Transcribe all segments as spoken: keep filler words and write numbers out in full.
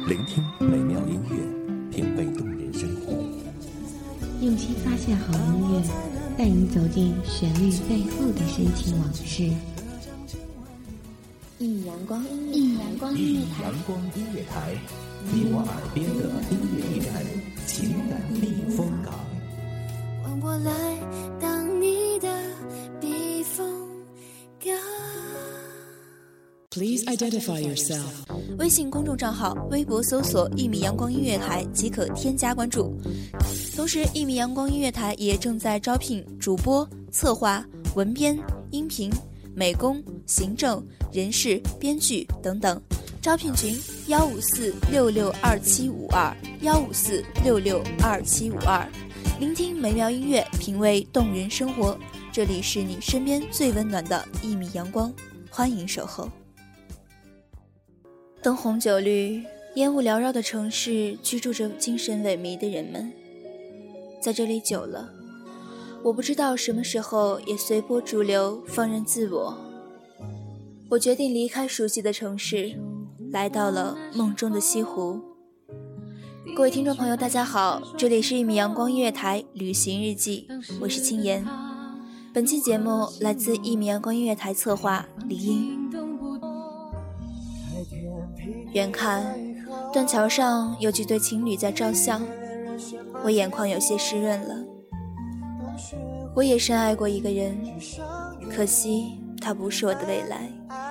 聆听美妙音乐，品味动人生活， 用心发现好音乐，带你走进旋律背后的深情往事。 一米阳光，一米阳光音乐台， 阳光音乐台，你我耳边的音乐驿站，情感避风港。 让我来当你的避风港。 Please identify yourself. 微信公众账号、微博搜索一米阳光音乐台即可添加关注。同时，一米阳光音乐台也正在招聘主播、策划、文编、音频、美工、行政、人事、编剧等等。招聘群：幺五四六六二七五二幺五四六六二七五二。聆听美妙音乐，品味动人生活。这里是你身边最温暖的一米阳光，欢迎守候。灯红酒绿、烟雾缭绕的城市，居住着精神萎靡的人们。在这里久了，我不知道什么时候也随波逐流，放任自我。我决定离开熟悉的城市，来到了梦中的西湖。各位听众朋友大家好，这里是一米阳光音乐台旅行日记，我是青言。本期节目来自一米阳光音乐台策划李英。远看断桥上有几对情侣在照相，我眼眶有些湿润了。我也深爱过一个人，可惜他不是我的未来。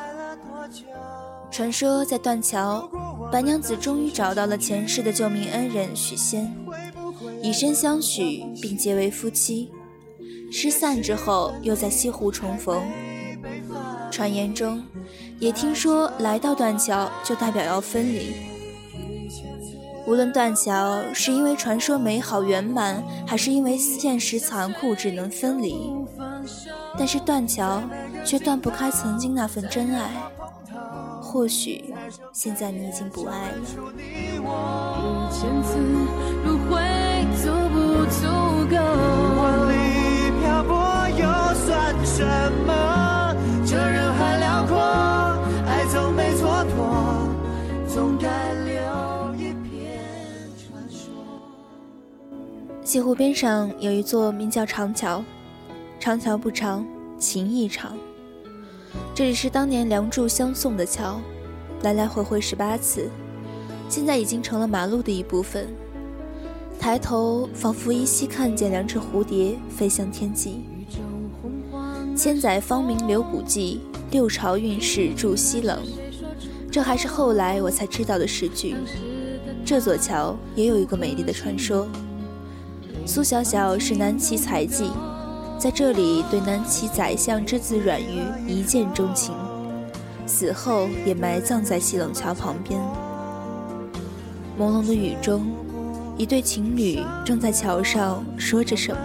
传说在断桥，白娘子终于找到了前世的救命恩人许仙，以身相许并结为夫妻。失散之后又在西湖重逢。传言中也听说来到断桥就代表要分离。无论断桥是因为传说美好圆满，还是因为现实残酷只能分离，但是断桥却断不开曾经那份真爱。或许现在你已经不爱了。 千次轮回足不足够？万里漂泊又算什么？这人海辽阔，爱总没蹉跎，总该留一片传说。 西湖边上有一座名叫长桥，长桥不长，情意长。这里是当年梁祝相送的桥，来来回回十八次，现在已经成了马路的一部分。抬头仿佛依稀看见两只蝴蝶飞向天际。千载芳名留古迹，六朝韵事驻西冷。这还是后来我才知道的诗句。这座桥也有一个美丽的传说。苏小小是南齐才妓，在这里对南齐宰相之子阮瑜一见钟情，死后也埋葬在西冷桥旁边。朦胧的雨中，一对情侣正在桥上说着什么。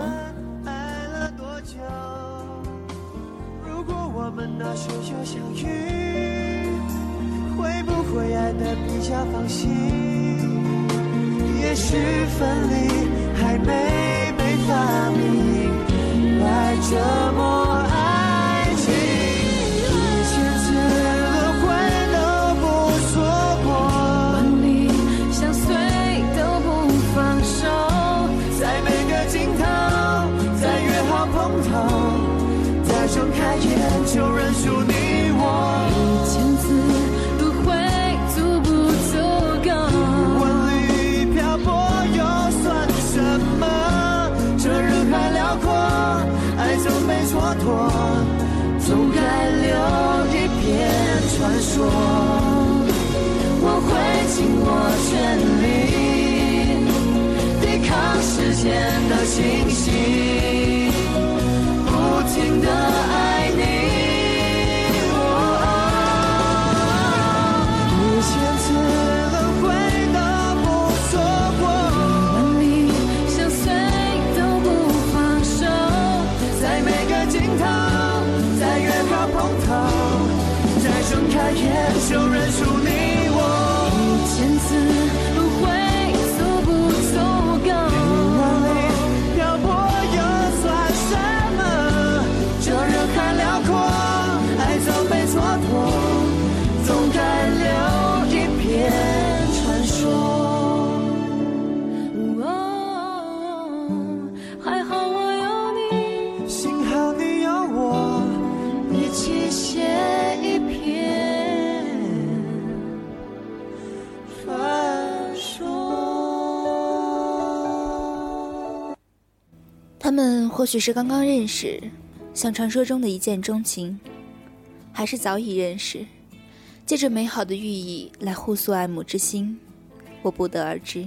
如果我们那时就相遇，会不会爱得比较放心？也许分离还没被发明，来折磨爱情，一千次轮回都不错过，万里相随都不放手，在每个尽头再约好碰头，再睁开眼就认出你我，一千次轮回足不足够？万里漂泊又算什么？这人海辽阔，爱总没蹉跎，总该留一片传说。我会尽我全力抵抗时间的侵袭，不停地爱你。一千次轮回都不错过，万里相随都不放手，在每个尽头再约好碰头，再睁开眼就认出你我，一千次轮回足不足够？万里漂泊又算什么？这人海辽阔，爱总没蹉跎，总该留一片传说。 或许是刚刚认识，像传说中的一见钟情，还是早已认识，借着美好的寓意来互诉爱慕之心，我不得而知。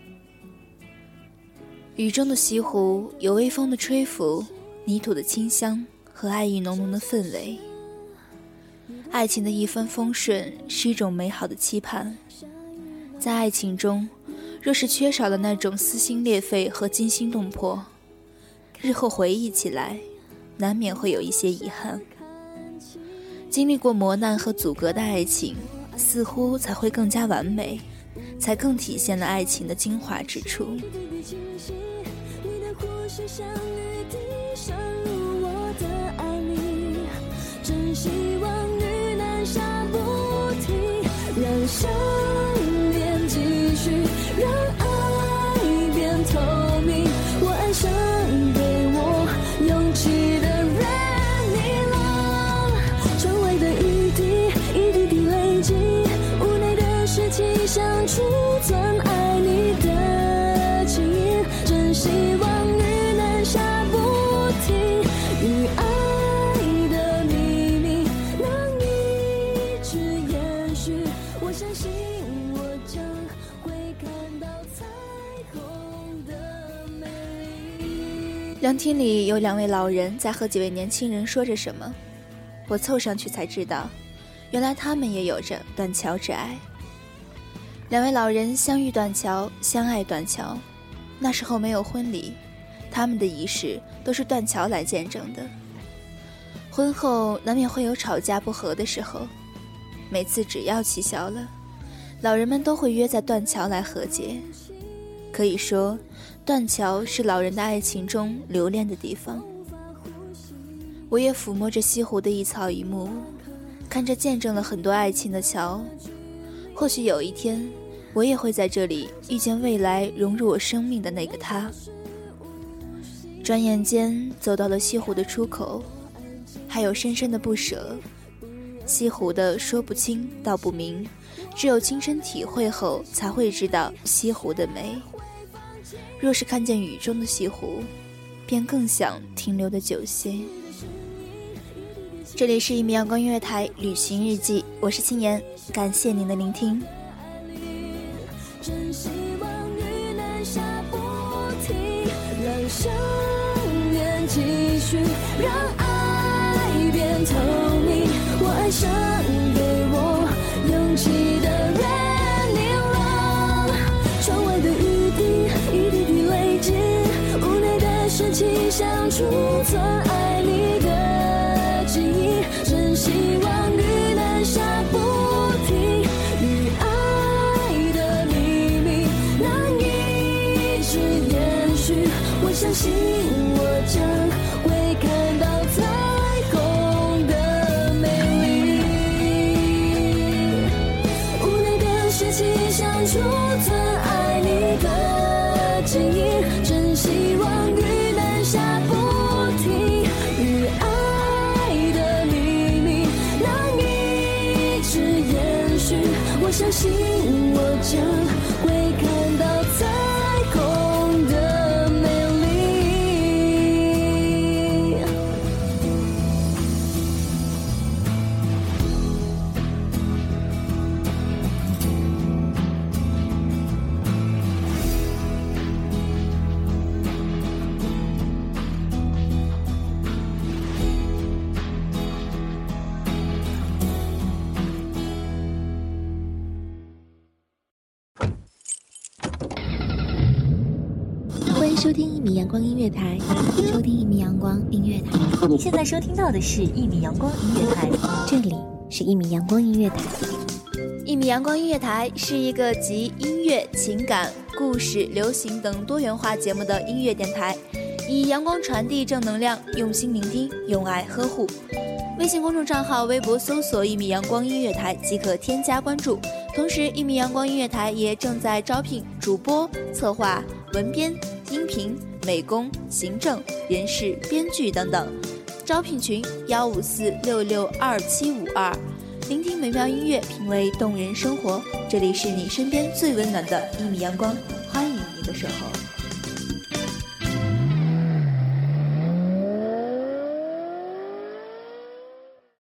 雨中的西湖有微风的吹拂，泥土的清香和爱意浓浓的氛围。爱情的一帆风顺是一种美好的期盼，在爱情中若是缺少了那种撕心裂肺和惊心动魄，日后回忆起来难免会有一些遗憾。经历过磨难和阻隔的爱情似乎才会更加完美，才更体现了爱情的精华之处。 真希望雨南下不停，让想念继续，让爱变透明。我爱上给我勇气的人，你了。窗外的雨滴一滴滴累积，无奈的事情想储存爱你的情意。真希望雨南下不停，与爱凉亭里有两位老人在和几位年轻人说着什么，我凑上去才知道，原来他们也有着断桥之爱。两位老人相遇断桥，相爱断桥，那时候没有婚礼，他们的仪式都是断桥来见证的。婚后难免会有吵架不和的时候，每次只要气消了，老人们都会约在断桥来和解。可以说，断桥是老人的爱情中留恋的地方。我也抚摸着西湖的一草一木，看着见证了很多爱情的桥，或许有一天我也会在这里遇见未来融入我生命的那个他。转眼间走到了西湖的出口，还有深深的不舍。西湖的说不清道不明，只有亲身体会后才会知道西湖的美。若是看见雨中的西湖，便更想停留的久些。这里是一米阳光音乐台旅行日记，我是青言，感谢您的聆听。 真希望雨南下不停，让想念继续，让爱变透明。我爱上给我勇气的人，你了。窗外的雨滴一滴滴累积，无奈的事情想储存爱你的记忆。真希望雨南下不停，与爱的秘密能一直延续。我相信我将会看到彩虹的美丽。无奈的事情想储存爱你的记忆。真希望雨南下不停，与爱的秘密能一直延续。我相信我将会看到彩虹的美丽。 欢迎收听一米阳光音乐台，收听一米阳光音乐台。 你现在收听到的是一米阳光音乐台， 这里是一米阳光音乐台。 一米阳光音乐台是一个集音乐、情感、故事、流行等多元化节目的音乐电台，以阳光传递正能量，用心聆听，用爱呵护。微信公众账号、微博搜索一米阳光音乐台即可添加关注。同时，一米阳光音乐台也正在招聘主播、策划、文编、音频、美工、行政、人事、编剧等等。招聘群幺五四六六二七五二。聆听美妙音乐，品味动人生活。这里是你身边最温暖的一米阳光，欢迎你的守候。